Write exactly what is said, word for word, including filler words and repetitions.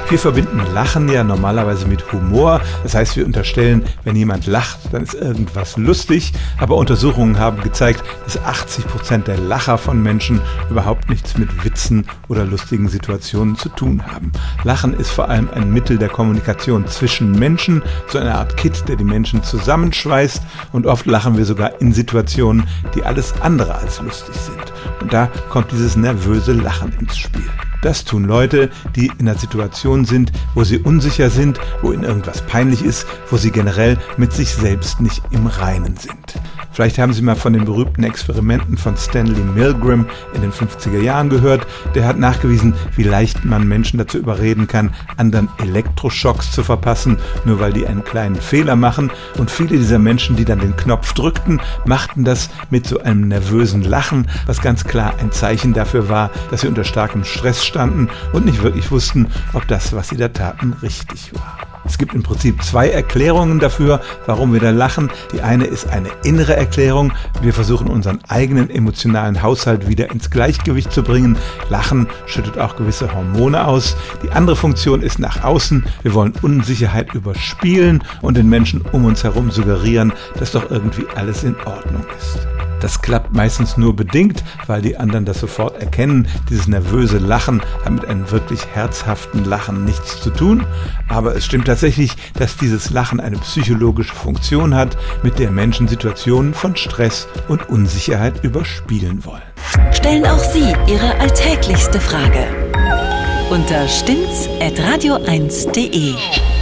Wir verbinden Lachen ja normalerweise mit Humor. Das heißt, wir unterstellen, wenn jemand lacht, dann ist irgendwas lustig. Aber Untersuchungen haben gezeigt, dass achtzig Prozent der Lacher von Menschen überhaupt nichts mit Witzen oder lustigen Situationen zu tun haben. Lachen ist vor allem ein Mittel der Kommunikation zwischen Menschen, so eine Art Kitt, der die Menschen zusammenschweißt. Und oft lachen wir sogar in Situationen, die alles andere als lustig sind. Und da kommt dieses nervöse Lachen ins Spiel. Das tun Leute, die in einer Situation sind, wo sie unsicher sind, wo ihnen irgendwas peinlich ist, wo sie generell mit sich selbst nicht im Reinen sind. Vielleicht haben Sie mal von den berühmten Experimenten von Stanley Milgram in den fünfziger Jahren gehört. Der hat nachgewiesen, wie leicht man Menschen dazu überreden kann, anderen Elektroschocks zu verpassen, nur weil die einen kleinen Fehler machen. Und viele dieser Menschen, die dann den Knopf drückten, machten das mit so einem nervösen Lachen, was ganz klar ein Zeichen dafür war, dass sie unter starkem Stress standen und nicht wirklich wussten, ob das, was sie da taten, richtig war. Es gibt im Prinzip zwei Erklärungen dafür, warum wir da lachen. Die eine ist eine innere Erklärung. Wir versuchen unseren eigenen emotionalen Haushalt wieder ins Gleichgewicht zu bringen. Lachen schüttet auch gewisse Hormone aus. Die andere Funktion ist nach außen. Wir wollen Unsicherheit überspielen und den Menschen um uns herum suggerieren, dass doch irgendwie alles in Ordnung ist. Das klappt meistens nur bedingt, weil die anderen das sofort erkennen. Dieses nervöse Lachen hat mit einem wirklich herzhaften Lachen nichts zu tun. Aber es stimmt tatsächlich, dass dieses Lachen eine psychologische Funktion hat, mit der Menschen Situationen von Stress und Unsicherheit überspielen wollen. Stellen auch Sie Ihre alltäglichste Frage unter stimmt's at radio eins punkt de.